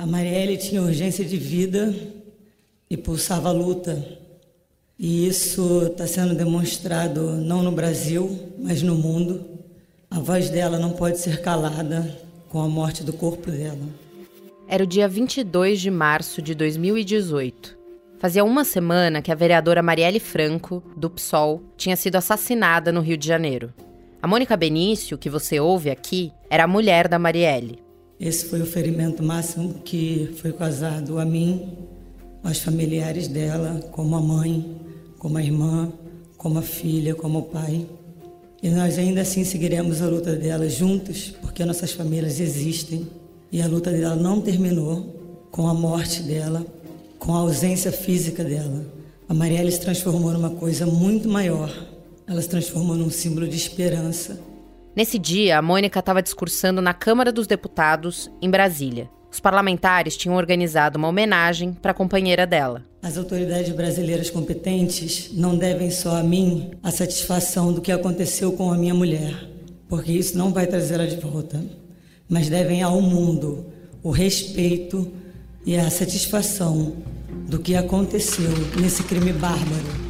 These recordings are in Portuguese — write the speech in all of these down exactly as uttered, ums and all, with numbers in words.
A Marielle tinha urgência de vida e pulsava a luta. E isso está sendo demonstrado não no Brasil, mas no mundo. A voz dela não pode ser calada com a morte do corpo dela. Era o dia vinte e dois de março de dois mil e dezoito. Fazia uma semana que a vereadora Marielle Franco, do P SOL, tinha sido assassinada no Rio de Janeiro. A Mônica Benício, que você ouve aqui, era a mulher da Marielle. Esse foi o ferimento máximo que foi causado a mim, aos familiares dela, como a mãe, como a irmã, como a filha, como o pai. E nós ainda assim seguiremos a luta dela juntos, porque nossas famílias existem. E a luta dela não terminou com a morte dela, com a ausência física dela. A Marielle se transformou numa coisa muito maior. Ela se transformou num símbolo de esperança. Nesse dia, a Mônica estava discursando na Câmara dos Deputados, em Brasília. Os parlamentares tinham organizado uma homenagem para a companheira dela. As autoridades brasileiras competentes não devem só a mim a satisfação do que aconteceu com a minha mulher, porque isso não vai trazê-la de volta, mas devem ao mundo o respeito e a satisfação do que aconteceu nesse crime bárbaro.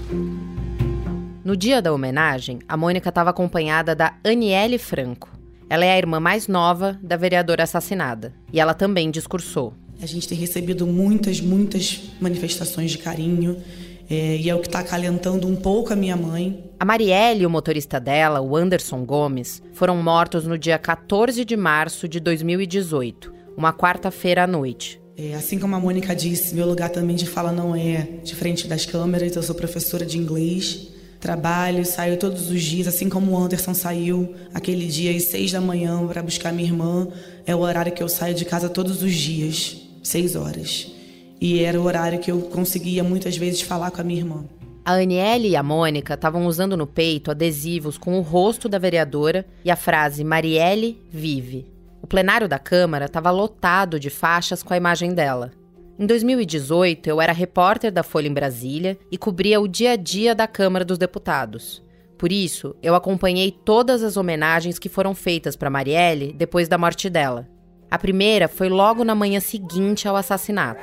No dia da homenagem, a Mônica estava acompanhada da Aniele Franco. Ela é a irmã mais nova da vereadora assassinada. E ela também discursou. A gente tem recebido muitas, muitas manifestações de carinho. É, e é o que está acalentando um pouco a minha mãe. A Marielle e o motorista dela, o Anderson Gomes, foram mortos no dia quatorze de março de dois mil e dezoito, uma quarta-feira à noite. É, assim como a Mônica disse, meu lugar também de fala não é de frente das câmeras. Eu sou professora de inglês. Trabalho, saio todos os dias, assim como o Anderson saiu aquele dia às seis da manhã para buscar minha irmã. É o horário que eu saio de casa todos os dias, seis horas. E era o horário que eu conseguia muitas vezes falar com a minha irmã. A Aniele e a Mônica estavam usando no peito adesivos com o rosto da vereadora e a frase Marielle vive. O plenário da Câmara estava lotado de faixas com a imagem dela. Em dois mil e dezoito, eu era repórter da Folha em Brasília e cobria o dia a dia da Câmara dos Deputados. Por isso, eu acompanhei todas as homenagens que foram feitas para Marielle depois da morte dela. A primeira foi logo na manhã seguinte ao assassinato.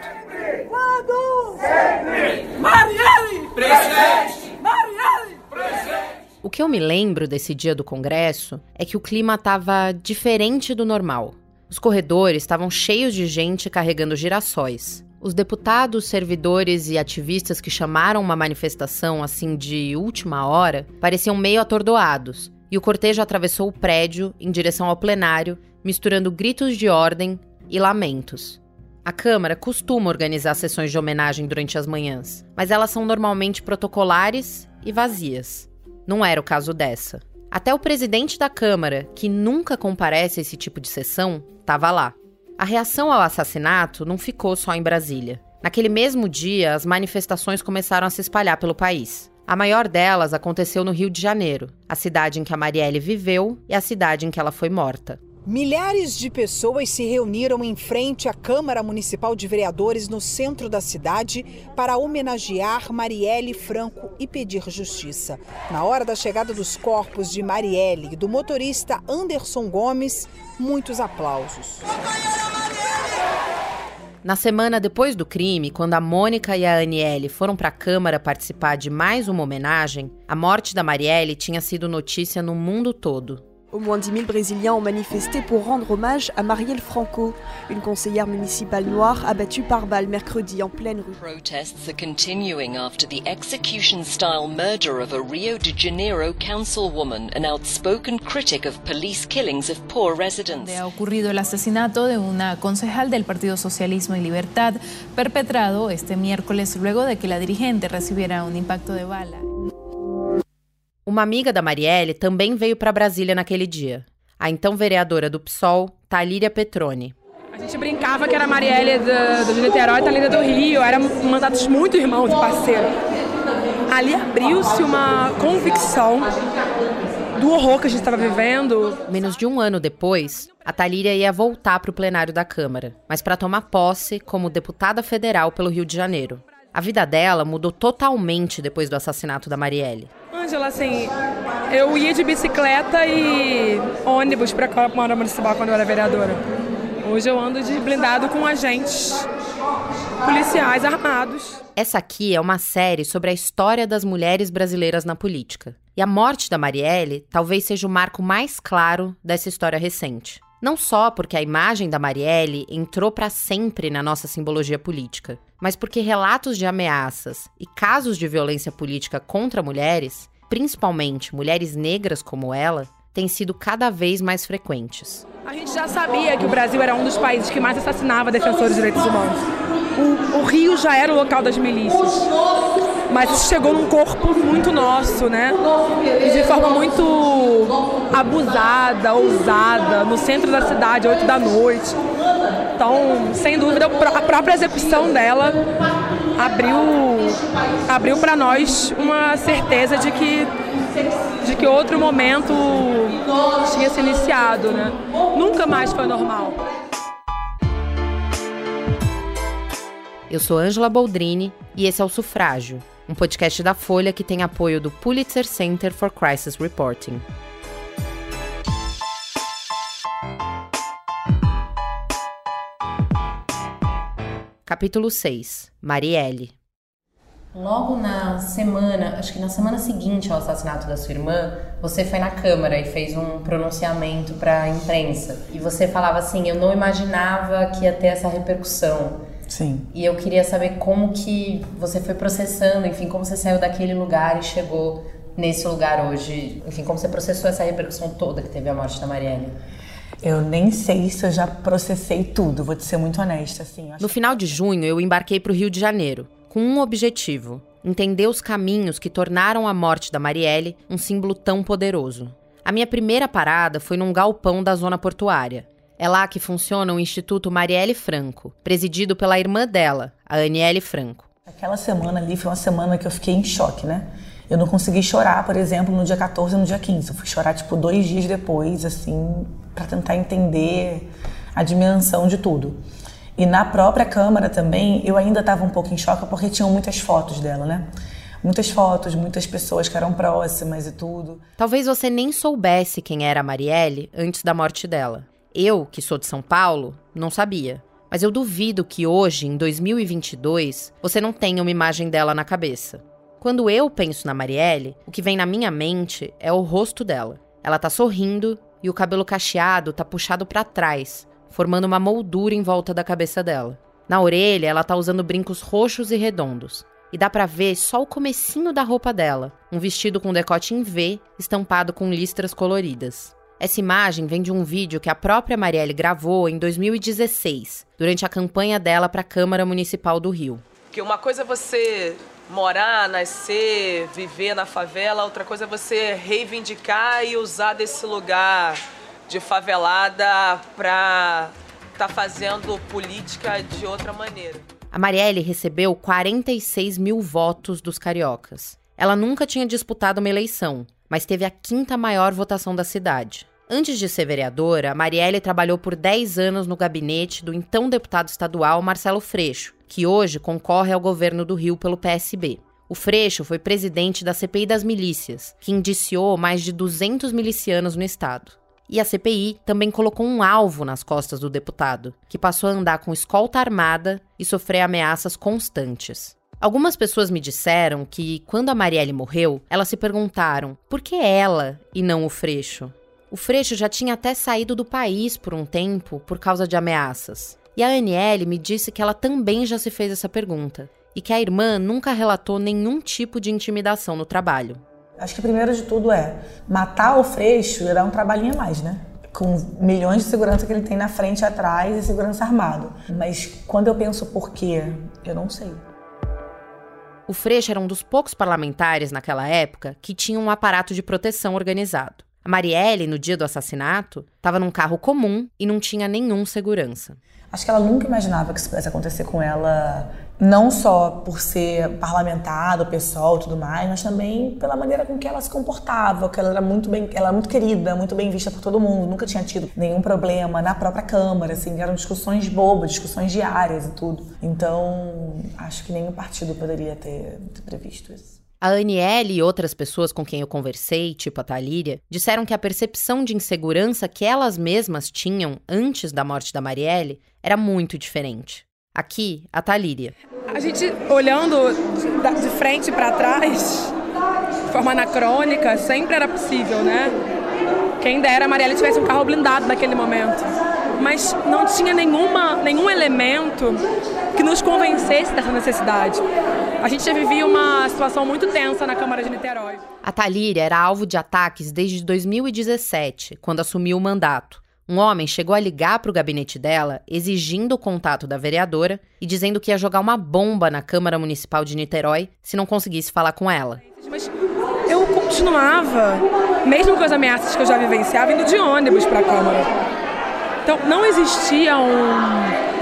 Quando? Sempre! Marielle! Presente! Marielle! Presente! O que eu me lembro desse dia do Congresso é que o clima estava diferente do normal. Os corredores estavam cheios de gente carregando girassóis. Os deputados, servidores e ativistas que chamaram uma manifestação assim de última hora pareciam meio atordoados, e o cortejo atravessou o prédio em direção ao plenário, misturando gritos de ordem e lamentos. A Câmara costuma organizar sessões de homenagem durante as manhãs, mas elas são normalmente protocolares e vazias. Não era o caso dessa. Até o presidente da Câmara, que nunca comparece a esse tipo de sessão, estava lá. A reação ao assassinato não ficou só em Brasília. Naquele mesmo dia, as manifestações começaram a se espalhar pelo país. A maior delas aconteceu no Rio de Janeiro, a cidade em que a Marielle viveu e a cidade em que ela foi morta. Milhares de pessoas se reuniram em frente à Câmara Municipal de Vereadores no centro da cidade para homenagear Marielle Franco e pedir justiça. Na hora da chegada dos corpos de Marielle e do motorista Anderson Gomes, muitos aplausos. Na semana depois do crime, quando a Mônica e a Aniele foram para a Câmara participar de mais uma homenagem, a morte da Marielle tinha sido notícia no mundo todo. Au moins dix mille Brésiliens ont manifesté pour rendre hommage à Marielle Franco, une conseillère municipale noire abattue par balle mercredi en pleine rue. Protests are continuing after the execution-style murder of a Rio de Janeiro councilwoman, an outspoken critic of police killings of poor residents. Ha ocurrido el asesinato de una concejal del Partido Socialismo y Libertad, perpetrado este miércoles luego de que la dirigente recibiera un impacto de bala. Uma amiga da Marielle também veio para Brasília naquele dia. A então vereadora do P SOL, Thalíria Petroni. A gente brincava que era a Marielle do, do Niterói e Thalíria do Rio. Eram mandatos muito irmãos e parceiros. Ali abriu-se uma convicção do horror que a gente estava vivendo. Menos de um ano depois, a Thalíria ia voltar para o plenário da Câmara, mas para tomar posse como deputada federal pelo Rio de Janeiro. A vida dela mudou totalmente depois do assassinato da Marielle. Ângela, assim, eu ia de bicicleta e ônibus para a Câmara Municipal quando eu era vereadora. Hoje eu ando de blindado com agentes policiais armados. Essa aqui é uma série sobre a história das mulheres brasileiras na política. E a morte da Marielle talvez seja o marco mais claro dessa história recente. Não só porque a imagem da Marielle entrou para sempre na nossa simbologia política, mas porque relatos de ameaças e casos de violência política contra mulheres, principalmente mulheres negras como ela, têm sido cada vez mais frequentes. A gente já sabia que o Brasil era um dos países que mais assassinava defensores de direitos humanos. O, o Rio já era o local das milícias, mas isso chegou num corpo muito nosso, né? E de forma muito abusada, ousada, no centro da cidade, oito da noite. Então, sem dúvida, a própria execução dela abriu, abriu para nós uma certeza de que, de que outro momento tinha se iniciado, né? Nunca mais foi normal. Eu sou Ângela Boldrini e esse é o Sufrágio, um podcast da Folha que tem apoio do Pulitzer Center for Crisis Reporting. Capítulo seis. Marielle. Logo na semana, acho que na semana seguinte ao assassinato da sua irmã, você foi na Câmara e fez um pronunciamento para a imprensa. E você falava assim, eu não imaginava que ia ter essa repercussão. Sim. E eu queria saber como que você foi processando, enfim, como você saiu daquele lugar e chegou nesse lugar hoje. Enfim, como você processou essa repercussão toda que teve a morte da Marielle. Eu nem sei se eu já processei tudo, vou te ser muito honesta. Assim, no final de junho, eu embarquei para o Rio de Janeiro, com um objetivo: entender os caminhos que tornaram a morte da Marielle um símbolo tão poderoso. A minha primeira parada foi num galpão da zona portuária. É lá que funciona o Instituto Marielle Franco, presidido pela irmã dela, a Aniele Franco. Aquela semana ali foi uma semana que eu fiquei em choque, né? Eu não consegui chorar, por exemplo, no dia quatorze e no dia quinze. Eu fui chorar, tipo, dois dias depois, assim, para tentar entender a dimensão de tudo. E na própria Câmara também, eu ainda estava um pouco em choque, porque tinham muitas fotos dela, né? Muitas fotos, muitas pessoas que eram próximas e tudo. Talvez você nem soubesse quem era a Marielle antes da morte dela. Eu, que sou de São Paulo, não sabia. Mas eu duvido que hoje, em dois mil e vinte e dois, você não tenha uma imagem dela na cabeça. Quando eu penso na Marielle, o que vem na minha mente é o rosto dela. Ela tá sorrindo e o cabelo cacheado tá puxado pra trás, formando uma moldura em volta da cabeça dela. Na orelha, ela tá usando brincos roxos e redondos. E dá pra ver só o comecinho da roupa dela, um vestido com decote em V, estampado com listras coloridas. Essa imagem vem de um vídeo que a própria Marielle gravou em dois mil e dezesseis, durante a campanha dela para a Câmara Municipal do Rio. Porque uma coisa é você morar, nascer, viver na favela, outra coisa é você reivindicar e usar desse lugar de favelada para estar tá fazendo política de outra maneira. A Marielle recebeu quarenta e seis mil votos dos cariocas. Ela nunca tinha disputado uma eleição, mas teve a quinta maior votação da cidade. Antes de ser vereadora, a Marielle trabalhou por dez anos no gabinete do então deputado estadual Marcelo Freixo, que hoje concorre ao governo do Rio pelo P S B. O Freixo foi presidente da C P I das milícias, que indiciou mais de duzentos milicianos no estado. E a C P I também colocou um alvo nas costas do deputado, que passou a andar com escolta armada e sofrer ameaças constantes. Algumas pessoas me disseram que, quando a Marielle morreu, elas se perguntaram por que ela e não o Freixo. O Freixo já tinha até saído do país por um tempo por causa de ameaças. E a Aniele me disse que ela também já se fez essa pergunta e que a irmã nunca relatou nenhum tipo de intimidação no trabalho. Acho que primeiro de tudo é matar o Freixo ia dar um trabalhinho a mais, né? Com milhões de segurança que ele tem na frente e atrás e segurança armado. Mas quando eu penso por quê, eu não sei. O Freixo era um dos poucos parlamentares naquela época que tinha um aparato de proteção organizado. A Marielle, no dia do assassinato, estava num carro comum e não tinha nenhum segurança. Acho que ela nunca imaginava que isso pudesse acontecer com ela, não só por ser parlamentar do P SOL e tudo mais, mas também pela maneira com que ela se comportava, que ela era muito bem, ela era muito querida, muito bem vista por todo mundo, nunca tinha tido nenhum problema na própria Câmara, assim, eram discussões bobas, discussões diárias e tudo. Então, acho que nenhum partido poderia ter, ter previsto isso. A Aniele e outras pessoas com quem eu conversei, tipo a Thalíria, disseram que a percepção de insegurança que elas mesmas tinham antes da morte da Marielle era muito diferente. Aqui, a Thalíria. A gente, olhando de frente para trás, de forma anacrônica, sempre era possível, né? Quem dera a Marielle tivesse um carro blindado naquele momento. Mas não tinha nenhuma, nenhum elemento que nos convencesse dessa necessidade. A gente já vivia uma situação muito tensa na Câmara de Niterói. A Thalíria era alvo de ataques desde dois mil e dezessete, quando assumiu o mandato. Um homem chegou a ligar para o gabinete dela, exigindo o contato da vereadora e dizendo que ia jogar uma bomba na Câmara Municipal de Niterói se não conseguisse falar com ela. Mas eu continuava, mesmo com as ameaças que eu já vivenciava, indo de ônibus para a Câmara. Então, não existia um...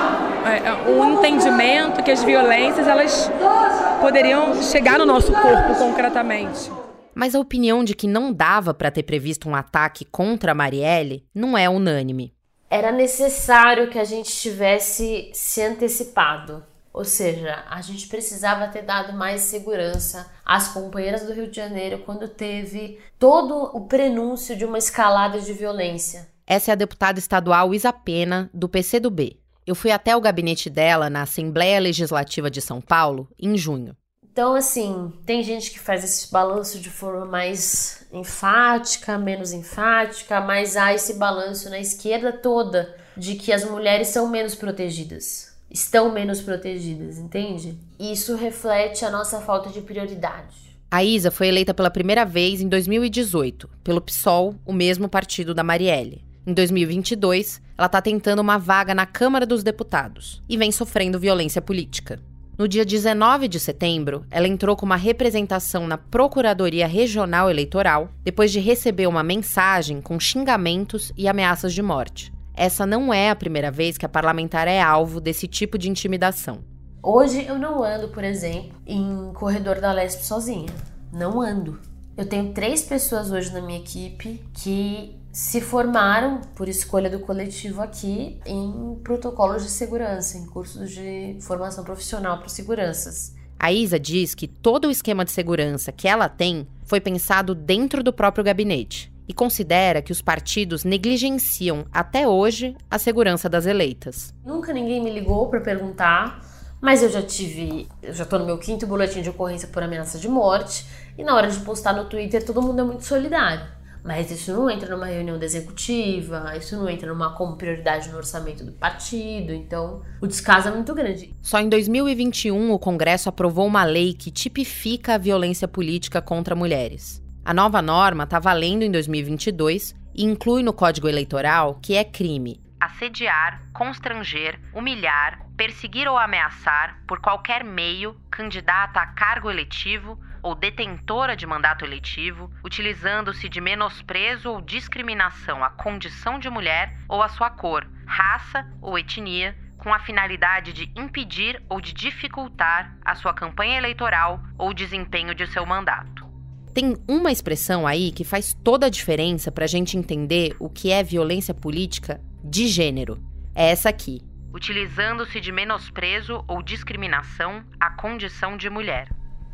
um entendimento que as violências elas poderiam chegar no nosso corpo concretamente. Mas a opinião de que não dava para ter previsto um ataque contra a Marielle não é unânime. Era necessário que a gente tivesse se antecipado. Ou seja, a gente precisava ter dado mais segurança às companheiras do Rio de Janeiro quando teve todo o prenúncio de uma escalada de violência. Essa é a deputada estadual Isa Pena, do P C do B. Eu fui até o gabinete dela na Assembleia Legislativa de São Paulo em junho. Então, assim, tem gente que faz esse balanço de forma mais enfática, menos enfática, mas há esse balanço na esquerda toda de que as mulheres são menos protegidas, estão menos protegidas, entende? Isso reflete a nossa falta de prioridade. A Isa foi eleita pela primeira vez em dois mil e dezoito, pelo P SOL, o mesmo partido da Marielle. Em dois mil e vinte e dois, ela está tentando uma vaga na Câmara dos Deputados e vem sofrendo violência política. No dia dezenove de setembro, ela entrou com uma representação na Procuradoria Regional Eleitoral depois de receber uma mensagem com xingamentos e ameaças de morte. Essa não é a primeira vez que a parlamentar é alvo desse tipo de intimidação. Hoje eu não ando, por exemplo, em corredor da Lesp sozinha. Não ando. Eu tenho três pessoas hoje na minha equipe que se formaram, por escolha do coletivo aqui, em protocolos de segurança, em cursos de formação profissional para seguranças. A Isa diz que todo o esquema de segurança que ela tem foi pensado dentro do próprio gabinete e considera que os partidos negligenciam até hoje a segurança das eleitas. Nunca ninguém me ligou para perguntar, mas eu já tive, eu já estou no meu quinto boletim de ocorrência por ameaça de morte e na hora de postar no Twitter todo mundo é muito solidário. Mas isso não entra numa reunião da executiva, isso não entra numa como prioridade no orçamento do partido, então o descaso é muito grande. Só em dois mil e vinte e um o Congresso aprovou uma lei que tipifica a violência política contra mulheres. A nova norma está valendo em dois mil e vinte e dois e inclui no Código Eleitoral que é crime assediar, constranger, humilhar, perseguir ou ameaçar por qualquer meio candidata a cargo eletivo ou detentora de mandato eletivo, utilizando-se de menosprezo ou discriminação à condição de mulher ou à sua cor, raça ou etnia, com a finalidade de impedir ou de dificultar a sua campanha eleitoral ou o desempenho de seu mandato. Tem uma expressão aí que faz toda a diferença para a gente entender o que é violência política de gênero. É essa aqui: utilizando-se de menosprezo ou discriminação à condição de mulher.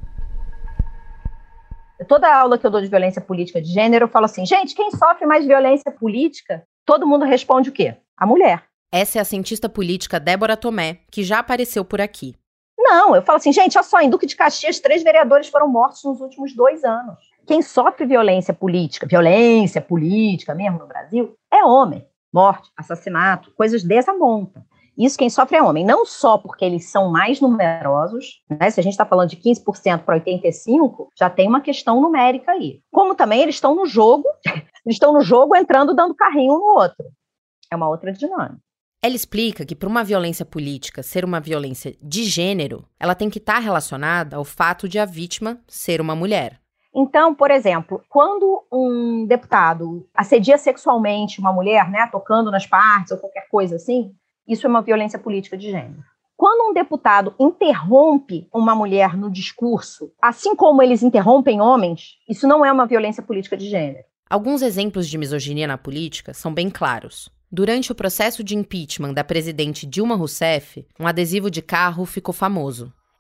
Toda a aula que eu dou de violência política de gênero, eu falo assim, gente, quem sofre mais violência política? Todo mundo responde o quê? A mulher. Essa é a cientista política Débora Tomé, que já apareceu por aqui. Não, eu falo assim, gente, olha só, em Duque de Caxias, três vereadores foram mortos nos últimos dois anos. Quem sofre violência política, violência política mesmo no Brasil, é homem. Morte, assassinato, coisas dessa monta. Isso quem sofre é homem, não só porque eles são mais numerosos, né? Se a gente está falando de quinze por cento para oitenta e cinco por cento, já tem uma questão numérica aí. Como também eles estão no jogo, eles estão no jogo entrando dando carrinho um no outro. É uma outra dinâmica. Ela explica que para uma violência política ser uma violência de gênero, ela tem que estar relacionada ao fato de a vítima ser uma mulher. Então, por exemplo, quando um deputado assedia sexualmente uma mulher, né, tocando nas partes ou qualquer coisa assim, isso é uma violência política de gênero. Quando um deputado interrompe uma mulher no discurso, assim como eles interrompem homens, isso não é uma violência política de gênero. Alguns exemplos de misoginia na política são bem claros. Durante o processo de impeachment da presidente Dilma Rousseff, um adesivo de carro ficou famoso.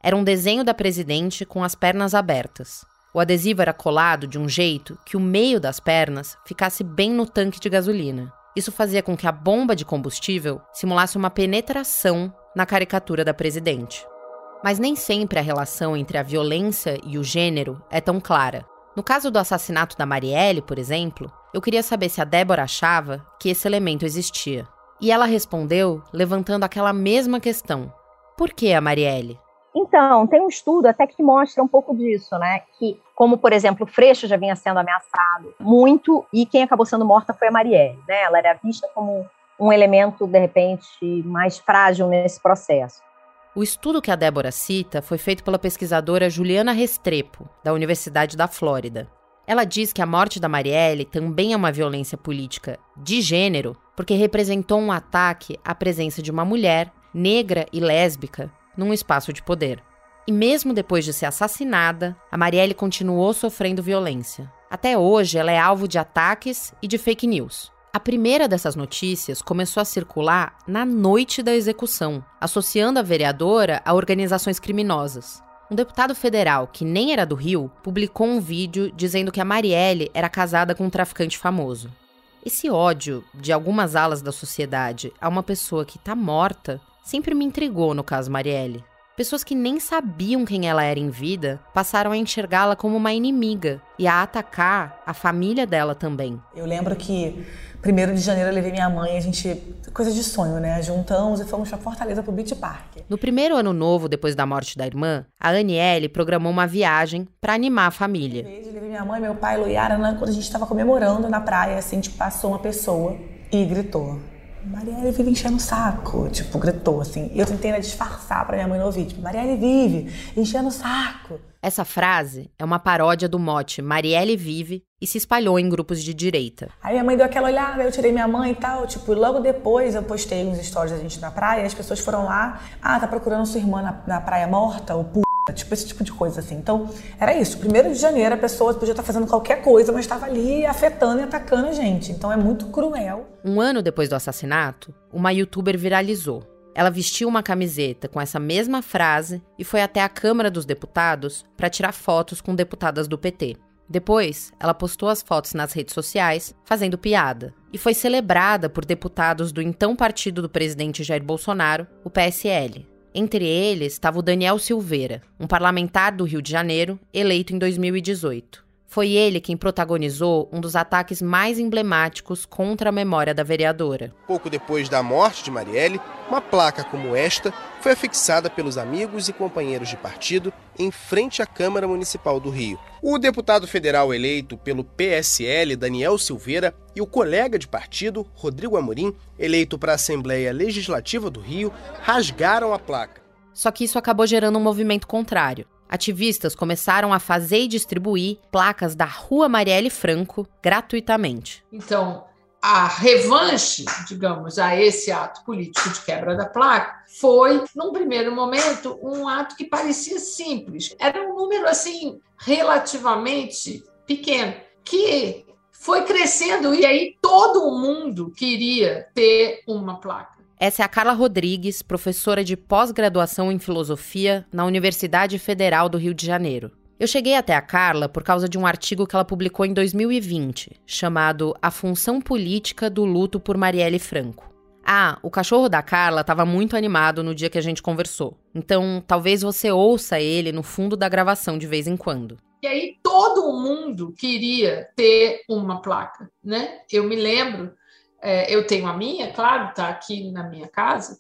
Era um desenho da presidente com as pernas abertas. O adesivo era colado de um jeito que o meio das pernas ficasse bem no tanque de gasolina. Isso fazia com que a bomba de combustível simulasse uma penetração na caricatura da presidente. Mas nem sempre a relação entre a violência e o gênero é tão clara. No caso do assassinato da Marielle, por exemplo, eu queria saber se a Débora achava que esse elemento existia. E ela respondeu levantando aquela mesma questão. Por que a Marielle? Então, tem um estudo até que mostra um pouco disso, né? Que, como, por exemplo, o Freixo já vinha sendo ameaçado muito e quem acabou sendo morta foi a Marielle, né? Ela era vista como um elemento, de repente, mais frágil nesse processo. O estudo que a Débora cita foi feito pela pesquisadora Juliana Restrepo, da Universidade da Flórida. Ela diz que a morte da Marielle também é uma violência política de gênero, porque representou um ataque à presença de uma mulher, negra e lésbica, num espaço de poder. E mesmo depois de ser assassinada, a Marielle continuou sofrendo violência. Até hoje, ela é alvo de ataques e de fake news. A primeira dessas notícias começou a circular na noite da execução, associando a vereadora a organizações criminosas. Um deputado federal, que nem era do Rio, publicou um vídeo dizendo que a Marielle era casada com um traficante famoso. Esse ódio de algumas alas da sociedade a uma pessoa que está morta sempre me intrigou no caso Marielle. Pessoas que nem sabiam quem ela era em vida passaram a enxergá-la como uma inimiga e a atacar a família dela também. Eu lembro que primeiro de janeiro eu levei minha mãe, a gente, coisa de sonho, né? Juntamos e fomos pra Fortaleza pro Beach Park. No primeiro ano novo, depois da morte da irmã, a Aniele programou uma viagem pra animar a família. Eu levei minha mãe, meu pai, Loiara, quando a gente tava comemorando na praia, assim, tipo, passou uma pessoa e gritou: Marielle vive enchendo o saco, tipo, gritou assim. E eu tentei disfarçar pra minha mãe não ouvir, tipo, Marielle vive enchendo o saco. Essa frase é uma paródia do mote Marielle vive e se espalhou em grupos de direita. Aí minha mãe deu aquela olhada, eu tirei minha mãe e tal, tipo, logo depois eu postei uns stories da gente na praia, as pessoas foram lá, ah, tá procurando sua irmã na, na praia morta, ou p***, tipo, esse tipo de coisa assim. Então, era isso, primeiro de janeiro a pessoa podia estar fazendo qualquer coisa, mas estava ali afetando e atacando a gente. Então é muito cruel. Um ano depois do assassinato, uma youtuber viralizou. Ela vestiu uma camiseta com essa mesma frase e foi até a Câmara dos Deputados para tirar fotos com deputadas do P T. Depois, ela postou as fotos nas redes sociais, fazendo piada, e foi celebrada por deputados do então partido do presidente Jair Bolsonaro, o P S L. Entre eles estava o Daniel Silveira, um parlamentar do Rio de Janeiro, eleito em dois mil e dezoito. Foi ele quem protagonizou um dos ataques mais emblemáticos contra a memória da vereadora. Pouco depois da morte de Marielle, uma placa como esta foi afixada pelos amigos e companheiros de partido em frente à Câmara Municipal do Rio. O deputado federal eleito pelo P S L, Daniel Silveira, e o colega de partido, Rodrigo Amorim, eleito para a Assembleia Legislativa do Rio, rasgaram a placa. Só que isso acabou gerando um movimento contrário. Ativistas começaram a fazer e distribuir placas da Rua Marielle Franco gratuitamente. Então, a revanche, digamos, a esse ato político de quebra da placa foi, num primeiro momento, um ato que parecia simples. Era um número, assim, relativamente pequeno, que foi crescendo e aí todo mundo queria ter uma placa. Essa é a Carla Rodrigues, professora de pós-graduação em filosofia na Universidade Federal do Rio de Janeiro. Eu cheguei até a Carla por causa de um artigo que ela publicou em dois mil e vinte, chamado A Função Política do Luto por Marielle Franco. Ah, o cachorro da Carla estava muito animado no dia que a gente conversou, então talvez você ouça ele no fundo da gravação de vez em quando. E aí todo mundo queria ter uma placa, né? Eu me lembro... É, eu tenho a minha, claro, está aqui na minha casa,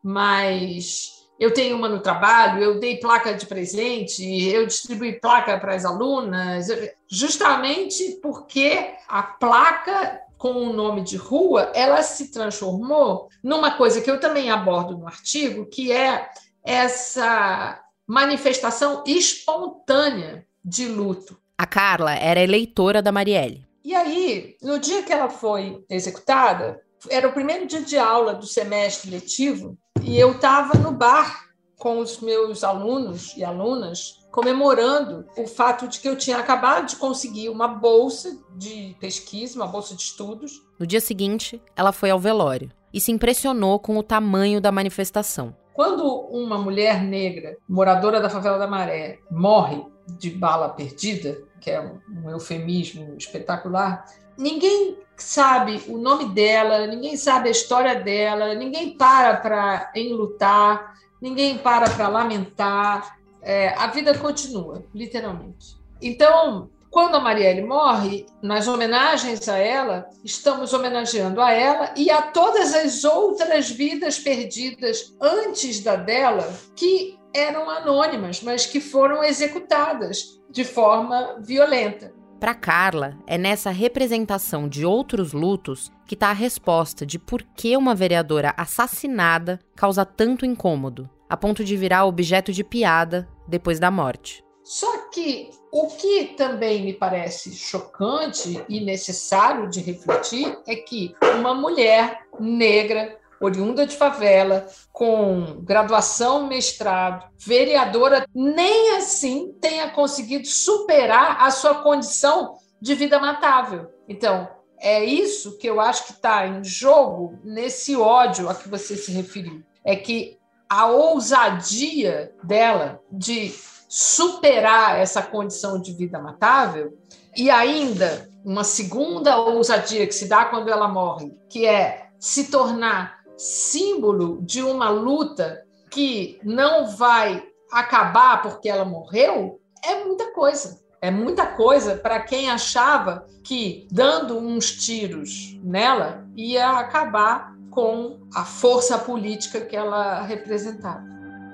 mas eu tenho uma no trabalho, eu dei placa de presente, eu distribuí placa para as alunas, justamente porque a placa com o nome de rua, ela se transformou numa coisa que eu também abordo no artigo, que é essa manifestação espontânea de luto. A Carla era eleitora da Marielle. E aí, no dia que ela foi executada, era o primeiro dia de aula do semestre letivo e eu estava no bar com os meus alunos e alunas comemorando o fato de que eu tinha acabado de conseguir uma bolsa de pesquisa, uma bolsa de estudos. No dia seguinte, ela foi ao velório. e se impressionou com o tamanho da manifestação. Quando uma mulher negra, moradora da favela da Maré, morre de bala perdida, que é um eufemismo espetacular, ninguém sabe o nome dela, ninguém sabe a história dela, ninguém para para enlutar, ninguém para para lamentar. É, a vida continua, literalmente. Então, quando a Marielle morre, nas homenagens a ela, estamos homenageando a ela e a todas as outras vidas perdidas antes da dela, que eram anônimas, mas que foram executadas de forma violenta. Para Carla, é nessa representação de outros lutos que está a resposta de por que uma vereadora assassinada causa tanto incômodo, a ponto de virar objeto de piada depois da morte. Só que o que também me parece chocante e necessário de refletir é que uma mulher negra, oriunda de favela, com graduação, mestrado, vereadora, nem assim tenha conseguido superar a sua condição de vida matável. Então, é isso que eu acho que está em jogo nesse ódio a que você se referiu. É que a ousadia dela de superar essa condição de vida matável e ainda uma segunda ousadia que se dá quando ela morre, que é se tornar símbolo de uma luta que não vai acabar porque ela morreu, é muita coisa. É muita coisa para quem achava que, dando uns tiros nela, ia acabar com a força política que ela representava.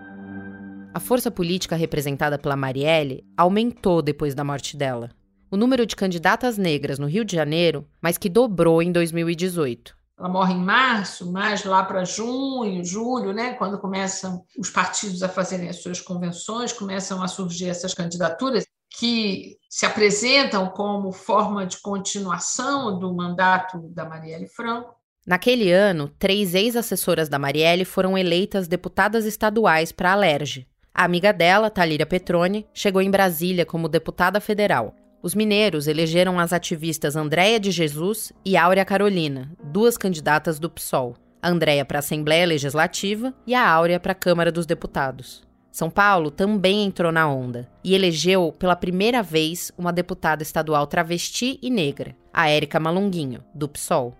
A força política representada pela Marielle aumentou depois da morte dela. O número de candidatas negras no Rio de Janeiro mais que dobrou em dois mil e dezoito. Ela morre em março, mais lá para junho, julho, né, quando começam os partidos a fazerem as suas convenções, começam a surgir essas candidaturas que se apresentam como forma de continuação do mandato da Marielle Franco. Naquele ano, três ex-assessoras da Marielle foram eleitas deputadas estaduais para a Alerj. A amiga dela, Thalíria Petroni, chegou em Brasília como deputada federal. Os mineiros elegeram as ativistas Andréia de Jesus e Áurea Carolina, duas candidatas do P SOL. A Andréia para a Assembleia Legislativa e a Áurea para a Câmara dos Deputados. São Paulo também entrou na onda e elegeu pela primeira vez uma deputada estadual travesti e negra, a Érica Malunguinho, do P SOL.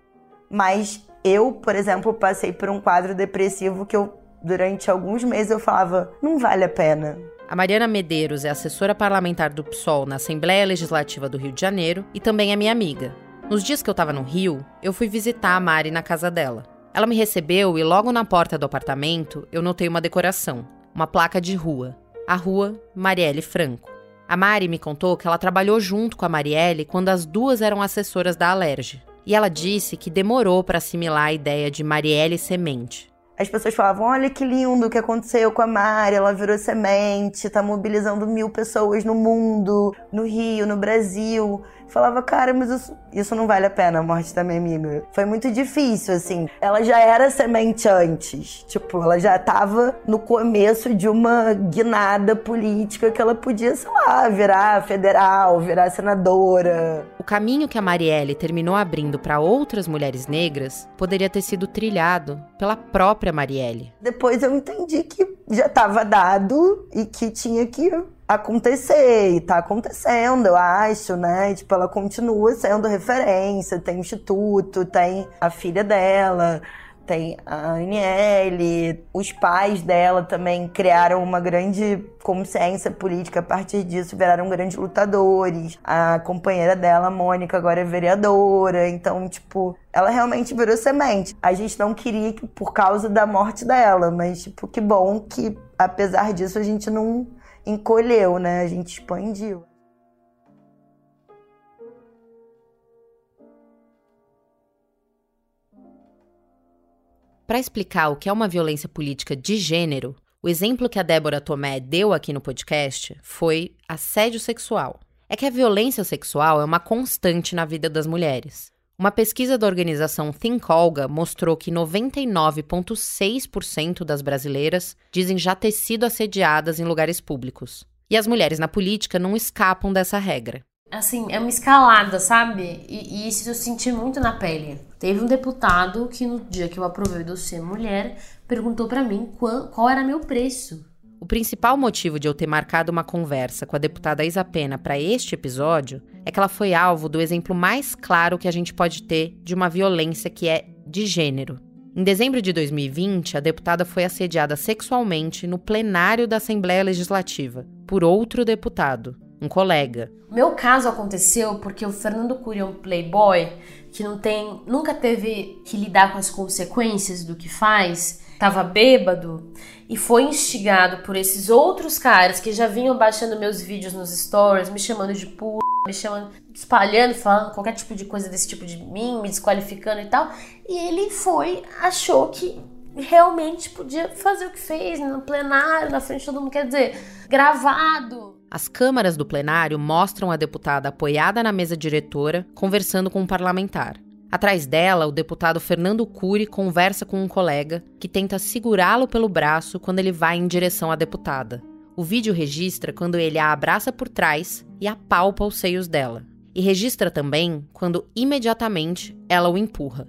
Mas eu, por exemplo, passei por um quadro depressivo que eu, durante alguns meses, eu falava, não vale a pena. A Mariana Medeiros é assessora parlamentar do P SOL na Assembleia Legislativa do Rio de Janeiro e também é minha amiga. Nos dias que eu estava no Rio, eu fui visitar a Mari na casa dela. Ela me recebeu e logo na porta do apartamento eu notei uma decoração, uma placa de rua. A rua Marielle Franco. A Mari me contou que ela trabalhou junto com a Marielle quando as duas eram assessoras da Alerj. E ela disse que demorou para assimilar a ideia de Marielle Semente. As pessoas falavam, olha que lindo o que aconteceu com a Mari, ela virou semente, tá mobilizando mil pessoas no mundo, no Rio, no Brasil. Falava, cara, mas isso, isso não vale a pena, a morte da minha amiga. Foi muito difícil, assim. Ela já era semente antes. Tipo, ela já tava no começo de uma guinada política que ela podia, sei lá, virar federal, virar senadora. O caminho que a Marielle terminou abrindo para outras mulheres negras poderia ter sido trilhado pela própria Marielle. Depois eu entendi que já estava dado e que tinha que acontecer, e tá acontecendo, eu acho, né? Tipo, ela continua sendo referência, tem instituto, tem a filha dela, tem a Aniele, os pais dela também criaram uma grande consciência política a partir disso, viraram grandes lutadores. A companheira dela, a Mônica, agora é vereadora, então, tipo, ela realmente virou semente. A gente não queria que por causa da morte dela, mas, tipo, que bom que, apesar disso, a gente não encolheu, né? A gente expandiu. Para explicar o que é uma violência política de gênero, o exemplo que a Débora Tomé deu aqui no podcast foi assédio sexual. É que a violência sexual é uma constante na vida das mulheres. Uma pesquisa da organização Think Olga mostrou que noventa e nove vírgula seis por cento das brasileiras dizem já ter sido assediadas em lugares públicos. E as mulheres na política não escapam dessa regra. Assim, é uma escalada, sabe? E, e isso eu senti muito na pele. Teve um deputado que no dia que eu aprovei o dossiê Mulher, perguntou pra mim qual, qual era meu preço. O principal motivo de eu ter marcado uma conversa com a deputada Isa Pena para este episódio é que ela foi alvo do exemplo mais claro que a gente pode ter de uma violência que é de gênero. Em dezembro de dois mil e vinte, a deputada foi assediada sexualmente no plenário da Assembleia Legislativa por outro deputado, um colega. Meu caso aconteceu porque o Fernando Cury é um playboy que não tem, nunca teve que lidar com as consequências do que faz, tava bêbado e foi instigado por esses outros caras que já vinham baixando meus vídeos nos stories, me chamando de p***, me chamando, espalhando, falando qualquer tipo de coisa desse tipo de mim, me desqualificando e tal. E ele foi, achou que realmente podia fazer o que fez no plenário, na frente de todo mundo, quer dizer, gravado. As câmaras do plenário mostram a deputada apoiada na mesa diretora, conversando com um parlamentar. Atrás dela, o deputado Fernando Cury conversa com um colega que tenta segurá-lo pelo braço quando ele vai em direção à deputada. O vídeo registra quando ele a abraça por trás e apalpa os seios dela. E registra também quando, imediatamente, ela o empurra.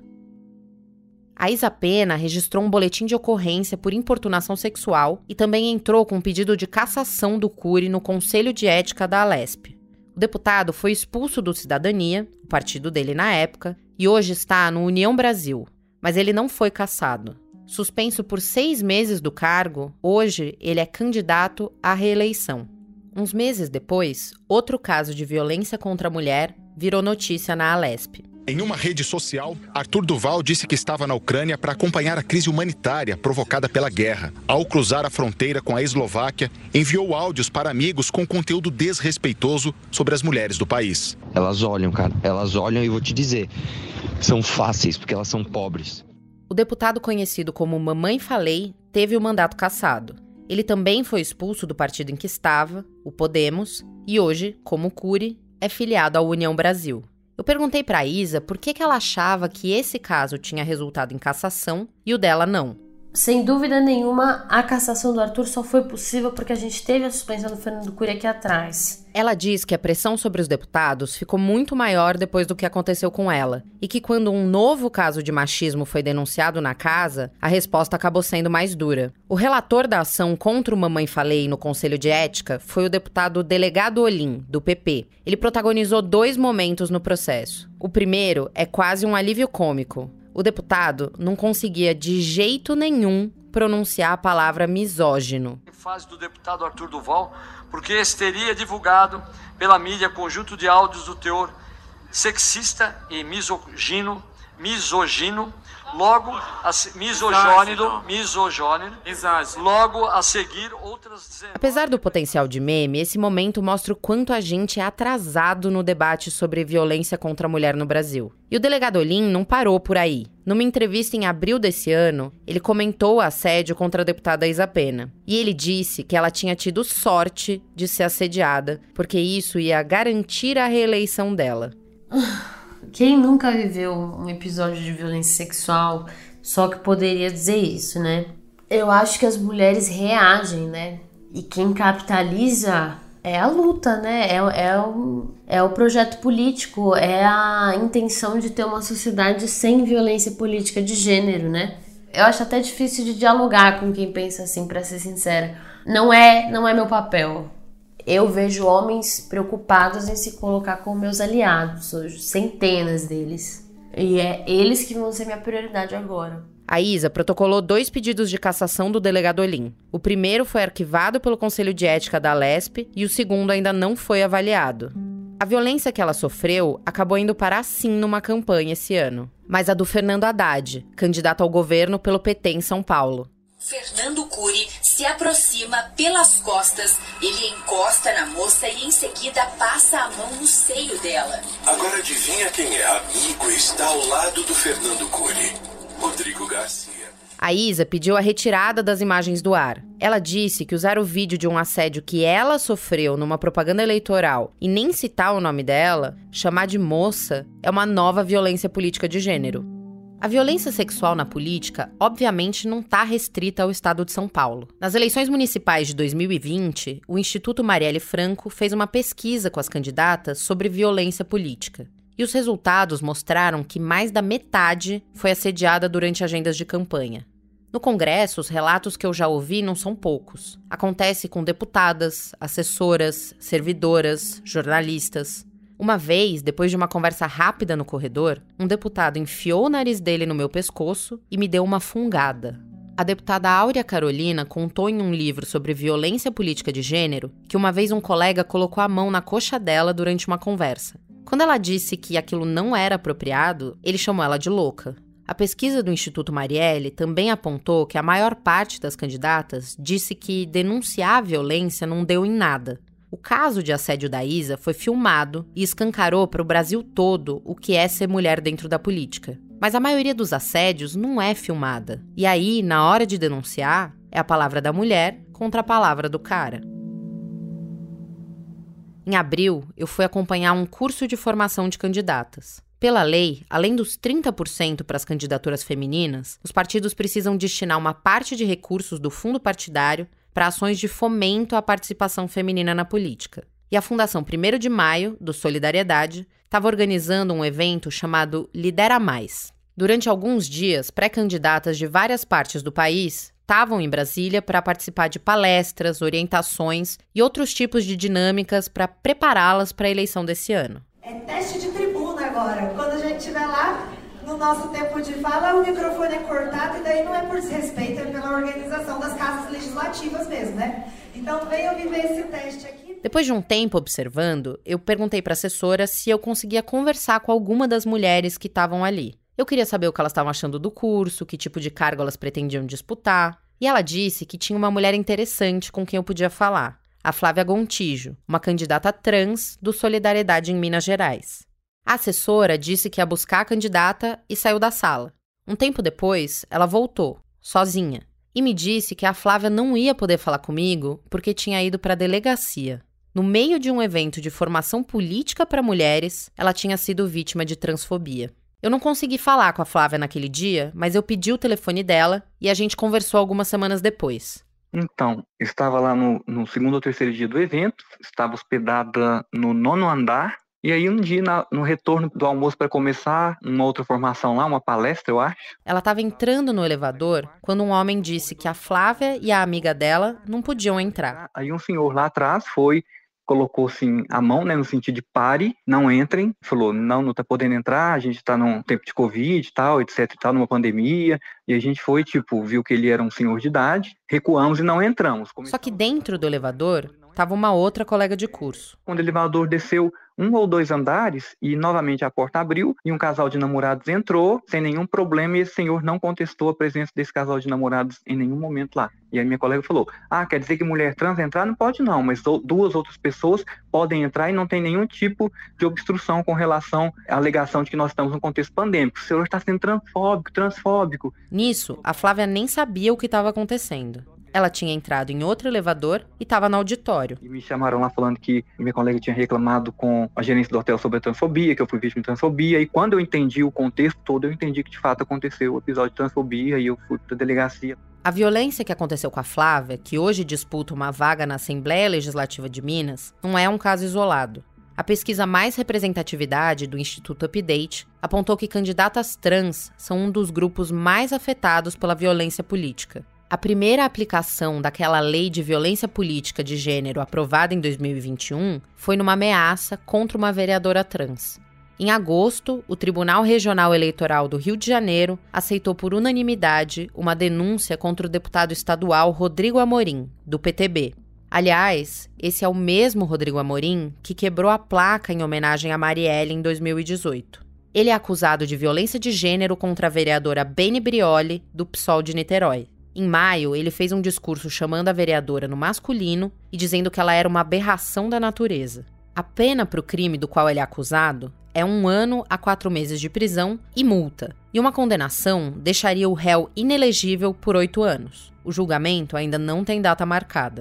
A Isa Pena registrou um boletim de ocorrência por importunação sexual e também entrou com um pedido de cassação do Cury no Conselho de Ética da Alesp. O deputado foi expulso do Cidadania, o partido dele na época, e hoje está no União Brasil, mas ele não foi cassado. Suspenso por seis meses do cargo, hoje ele é candidato à reeleição. Uns meses depois, outro caso de violência contra a mulher virou notícia na Alesp. Em uma rede social, Arthur Duval disse que estava na Ucrânia para acompanhar a crise humanitária provocada pela guerra. Ao cruzar a fronteira com a Eslováquia, enviou áudios para amigos com conteúdo desrespeitoso sobre as mulheres do país. Elas olham, cara. Elas olham e vou te dizer, são fáceis porque elas são pobres. O deputado conhecido como Mamãe Falei teve o mandato cassado. Ele também foi expulso do partido em que estava, o Podemos, e hoje, como Cury, é filiado à União Brasil. Eu perguntei para a Isa por que, que ela achava que esse caso tinha resultado em cassação e o dela não. Sem dúvida nenhuma, a cassação do Arthur só foi possível porque a gente teve a suspensão do Fernando Cury aqui atrás. Ela diz que a pressão sobre os deputados ficou muito maior depois do que aconteceu com ela e que quando um novo caso de machismo foi denunciado na casa, a resposta acabou sendo mais dura. O relator da ação contra o Mamãe Falei no Conselho de Ética foi o deputado Delegado Olim, do P P. Ele protagonizou dois momentos no processo. O primeiro é quase um alívio cômico. O deputado não conseguia de jeito nenhum pronunciar a palavra misógino. Em fase do deputado Arthur Duval, porque esse teria divulgado pela mídia conjunto de áudios do teor sexista e misogino, misogino, logo a misogônido, misogônido, logo a seguir outras... Apesar do potencial de meme, esse momento mostra o quanto a gente é atrasado no debate sobre violência contra a mulher no Brasil. E o delegado Olim não parou por aí. Numa entrevista em abril desse ano, ele comentou o assédio contra a deputada Isa Pena. E ele disse que ela tinha tido sorte de ser assediada, porque isso ia garantir a reeleição dela. Quem nunca viveu um episódio de violência sexual só que poderia dizer isso, né? Eu acho que as mulheres reagem, né? E quem capitaliza é a luta, né? É, é, o, é o projeto político, é a intenção de ter uma sociedade sem violência política de gênero, né? Eu acho até difícil de dialogar com quem pensa assim, pra ser sincera. Não é, não é meu papel. Eu vejo homens preocupados em se colocar como meus aliados hoje, centenas deles. E é eles que vão ser minha prioridade agora. A Isa protocolou dois pedidos de cassação do delegado Olim. O primeiro foi arquivado pelo Conselho de Ética da Alesp e o segundo ainda não foi avaliado. A violência que ela sofreu acabou indo parar sim numa campanha esse ano. Mas a do Fernando Haddad, candidato ao governo pelo P T em São Paulo. Fernando Cury se aproxima pelas costas, ele encosta na moça e em seguida passa a mão no seio dela. Agora adivinha quem é amigo e está ao lado do Fernando Cury? Rodrigo Garcia. A Isa pediu a retirada das imagens do ar. Ela disse que usar o vídeo de um assédio que ela sofreu numa propaganda eleitoral e nem citar o nome dela, chamar de moça, é uma nova violência política de gênero. A violência sexual na política, obviamente, não está restrita ao estado de São Paulo. Nas eleições municipais de dois mil e vinte, o Instituto Marielle Franco fez uma pesquisa com as candidatas sobre violência política. E os resultados mostraram que mais da metade foi assediada durante agendas de campanha. No Congresso, os relatos que eu já ouvi não são poucos. Acontece com deputadas, assessoras, servidoras, jornalistas. Uma vez, depois de uma conversa rápida no corredor, um deputado enfiou o nariz dele no meu pescoço e me deu uma fungada. A deputada Áurea Carolina contou em um livro sobre violência política de gênero que uma vez um colega colocou a mão na coxa dela durante uma conversa. Quando ela disse que aquilo não era apropriado, ele chamou ela de louca. A pesquisa do Instituto Marielle também apontou que a maior parte das candidatas disse que denunciar a violência não deu em nada. O caso de assédio da Isa foi filmado e escancarou para o Brasil todo o que é ser mulher dentro da política. Mas a maioria dos assédios não é filmada. E aí, na hora de denunciar, é a palavra da mulher contra a palavra do cara. Em abril, eu fui acompanhar um curso de formação de candidatas. Pela lei, além dos trinta por cento para as candidaturas femininas, os partidos precisam destinar uma parte de recursos do fundo partidário para ações de fomento à participação feminina na política. E a Fundação primeiro de maio, do Solidariedade, estava organizando um evento chamado Lidera Mais. Durante alguns dias, pré-candidatas de várias partes do país estavam em Brasília para participar de palestras, orientações e outros tipos de dinâmicas para prepará-las para a eleição desse ano. É teste de tribuna agora. Quando a gente estiver lá, no nosso tempo de fala, o microfone é cortado e daí não é por desrespeito, é pela organização das casas legislativas mesmo, né? Então venham viver esse teste aqui. Depois de um tempo observando, eu perguntei para a assessora se eu conseguia conversar com alguma das mulheres que estavam ali. Eu queria saber o que elas estavam achando do curso, que tipo de cargo elas pretendiam disputar. E ela disse que tinha uma mulher interessante com quem eu podia falar, a Flávia Gontijo, uma candidata trans do Solidariedade em Minas Gerais. A assessora disse que ia buscar a candidata e saiu da sala. Um tempo depois, ela voltou, sozinha, e me disse que a Flávia não ia poder falar comigo porque tinha ido para a delegacia. No meio de um evento de formação política para mulheres, ela tinha sido vítima de transfobia. Eu não consegui falar com a Flávia naquele dia, mas eu pedi o telefone dela e a gente conversou algumas semanas depois. Então, estava lá no, no segundo ou terceiro dia do evento, estava hospedada no nono andar, e aí um dia, na, no retorno do almoço para começar uma outra formação lá, uma palestra, eu acho. Ela estava entrando no elevador quando um homem disse que a Flávia e a amiga dela não podiam entrar. Aí um senhor lá atrás foi... colocou assim a mão, né, no sentido de pare, não entrem, falou, não, não tá podendo entrar, a gente tá num tempo de Covid e tal, etc e tal, numa pandemia, e a gente foi, tipo, viu que ele era um senhor de idade, recuamos e não entramos. Só que dentro do elevador tava uma outra colega de curso. Quando o elevador desceu um ou dois andares e novamente a porta abriu e um casal de namorados entrou sem nenhum problema e esse senhor não contestou a presença desse casal de namorados em nenhum momento lá. E aí minha colega falou, ah, quer dizer que mulher trans entrar? Não pode não, mas duas outras pessoas podem entrar e não tem nenhum tipo de obstrução com relação à alegação de que nós estamos num contexto pandêmico. O senhor está sendo transfóbico, transfóbico. Nisso, a Flávia nem sabia o que estava acontecendo. Ela tinha entrado em outro elevador e estava no auditório. E me chamaram lá falando que minha colega tinha reclamado com a gerência do hotel sobre a transfobia, que eu fui vítima de transfobia. E quando eu entendi o contexto todo, eu entendi que de fato aconteceu o episódio de transfobia e eu fui para a delegacia. A violência que aconteceu com a Flávia, que hoje disputa uma vaga na Assembleia Legislativa de Minas, não é um caso isolado. A pesquisa Mais Representatividade do Instituto Update apontou que candidatas trans são um dos grupos mais afetados pela violência política. A primeira aplicação daquela lei de violência política de gênero aprovada em dois mil e vinte e um foi numa ameaça contra uma vereadora trans. Em agosto, o Tribunal Regional Eleitoral do Rio de Janeiro aceitou por unanimidade uma denúncia contra o deputado estadual Rodrigo Amorim, do P T B. Aliás, esse é o mesmo Rodrigo Amorim que quebrou a placa em homenagem a Marielle em dois mil e dezoito. Ele é acusado de violência de gênero contra a vereadora Beni Brioli, do P SOL de Niterói. Em maio, ele fez um discurso chamando a vereadora no masculino e dizendo que ela era uma aberração da natureza. A pena para o crime do qual ele é acusado é um ano a quatro meses de prisão e multa, e uma condenação deixaria o réu inelegível por oito anos. O julgamento ainda não tem data marcada. O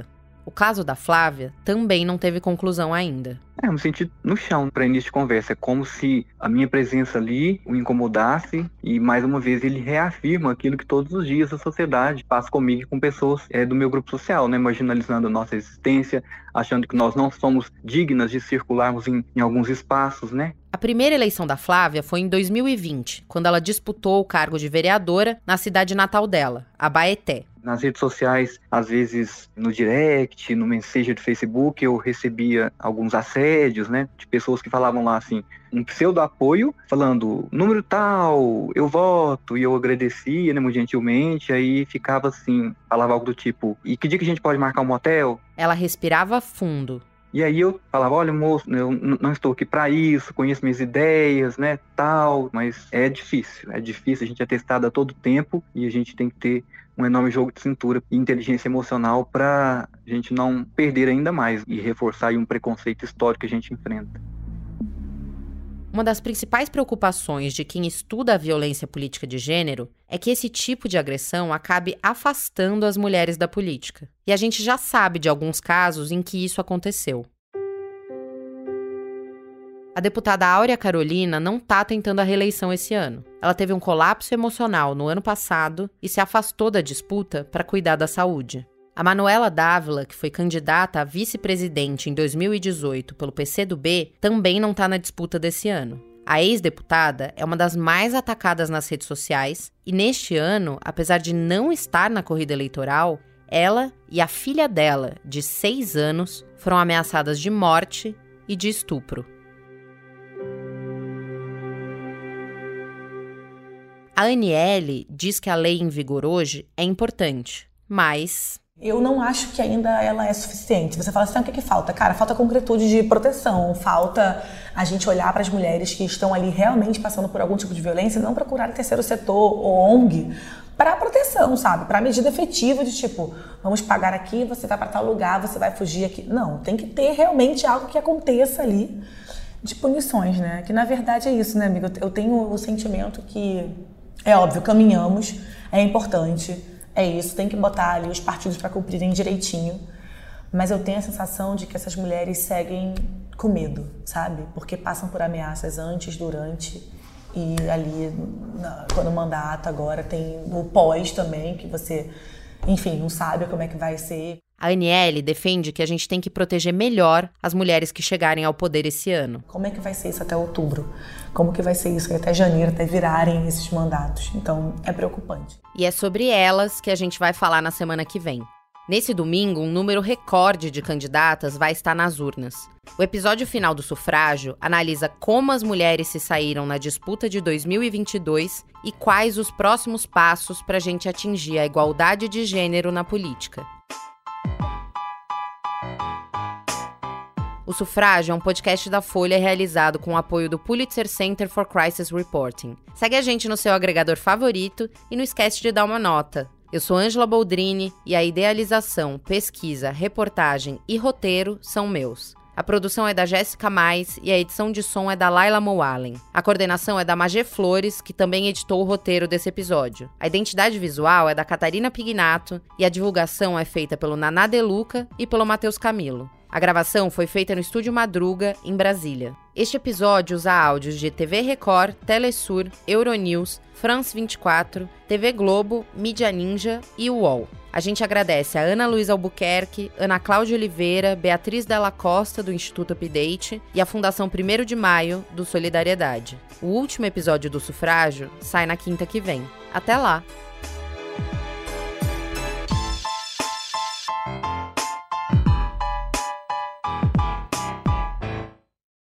O caso da Flávia também não teve conclusão ainda. É, eu me senti no chão para início de conversa. É como se a minha presença ali o incomodasse e, mais uma vez, ele reafirma aquilo que todos os dias a sociedade passa comigo e com pessoas é, do meu grupo social, né? Marginalizando a nossa existência, achando que nós não somos dignas de circularmos em, em alguns espaços, né? A primeira eleição da Flávia foi em dois mil e vinte, quando ela disputou o cargo de vereadora na cidade natal dela, Abaeté. Nas redes sociais, às vezes no direct, no Messenger do Facebook, eu recebia alguns assédios, né, de pessoas que falavam lá assim, um pseudo-apoio, falando, número tal, eu voto, e eu agradecia, né, muito gentilmente, aí ficava assim, falava algo do tipo, e que dia que a gente pode marcar um motel? Ela respirava fundo. E aí eu falava, olha, moço, eu não estou aqui para isso, conheço minhas ideias, né, tal, mas é difícil, é difícil, a gente é testado a todo tempo e a gente tem que ter um enorme jogo de cintura e inteligência emocional para a gente não perder ainda mais e reforçar aí um preconceito histórico que a gente enfrenta. Uma das principais preocupações de quem estuda a violência política de gênero é que esse tipo de agressão acabe afastando as mulheres da política. E a gente já sabe de alguns casos em que isso aconteceu. A deputada Áurea Carolina não está tentando a reeleição esse ano. Ela teve um colapso emocional no ano passado e se afastou da disputa para cuidar da saúde. A Manuela Dávila, que foi candidata a vice-presidente em dois mil e dezoito pelo P C do B, também não está na disputa desse ano. A ex-deputada é uma das mais atacadas nas redes sociais e neste ano, apesar de não estar na corrida eleitoral, ela e a filha dela, de seis anos, foram ameaçadas de morte e de estupro. A Aniele diz que a lei em vigor hoje é importante, mas... Eu não acho que ainda ela é suficiente. Você fala assim, o que, que falta? Cara, falta concretude de proteção, falta a gente olhar para as mulheres que estão ali realmente passando por algum tipo de violência e não procurar terceiro setor ou O N G para proteção, sabe? Para medida efetiva de tipo, vamos pagar aqui, você vai para tal lugar, você vai fugir aqui. Não, tem que ter realmente algo que aconteça ali de punições, né? Que na verdade é isso, né, amiga? Eu tenho o sentimento que, é óbvio, caminhamos, é importante. É isso, tem que botar ali os partidos para cumprirem direitinho. Mas eu tenho a sensação de que essas mulheres seguem com medo, sabe? Porque passam por ameaças antes, durante e ali, quando o mandato agora tem o pós também, que você, enfim, não sabe como é que vai ser. A Aniele defende que a gente tem que proteger melhor as mulheres que chegarem ao poder esse ano. Como é que vai ser isso até outubro? Como que vai ser isso até janeiro, até virarem esses mandatos? Então, é preocupante. E é sobre elas que a gente vai falar na semana que vem. Nesse domingo, um número recorde de candidatas vai estar nas urnas. O episódio final do sufrágio analisa como as mulheres se saíram na disputa de dois mil e vinte e dois e quais os próximos passos para a gente atingir a igualdade de gênero na política. O Sufrágio é um podcast da Folha realizado com o apoio do Pulitzer Center for Crisis Reporting. Segue a gente no seu agregador favorito e não esquece de dar uma nota. Eu sou Ângela Boldrini e a idealização, pesquisa, reportagem e roteiro são meus. A produção é da Jéssica Mais e a edição de som é da Laila Moalen. A coordenação é da Magê Flores, que também editou o roteiro desse episódio. A identidade visual é da Catarina Pignato e a divulgação é feita pelo Naná De Luca e pelo Matheus Camilo. A gravação foi feita no Estúdio Madruga, em Brasília. Este episódio usa áudios de T V Record, Telesur, Euronews, France vinte e quatro, T V Globo, Mídia Ninja e U O L. A gente agradece a Ana Luísa Albuquerque, Ana Cláudia Oliveira, Beatriz Della Costa, do Instituto Update, e a Fundação primeiro de Maio, do Solidariedade. O último episódio do Sufrágio sai na quinta que vem. Até lá!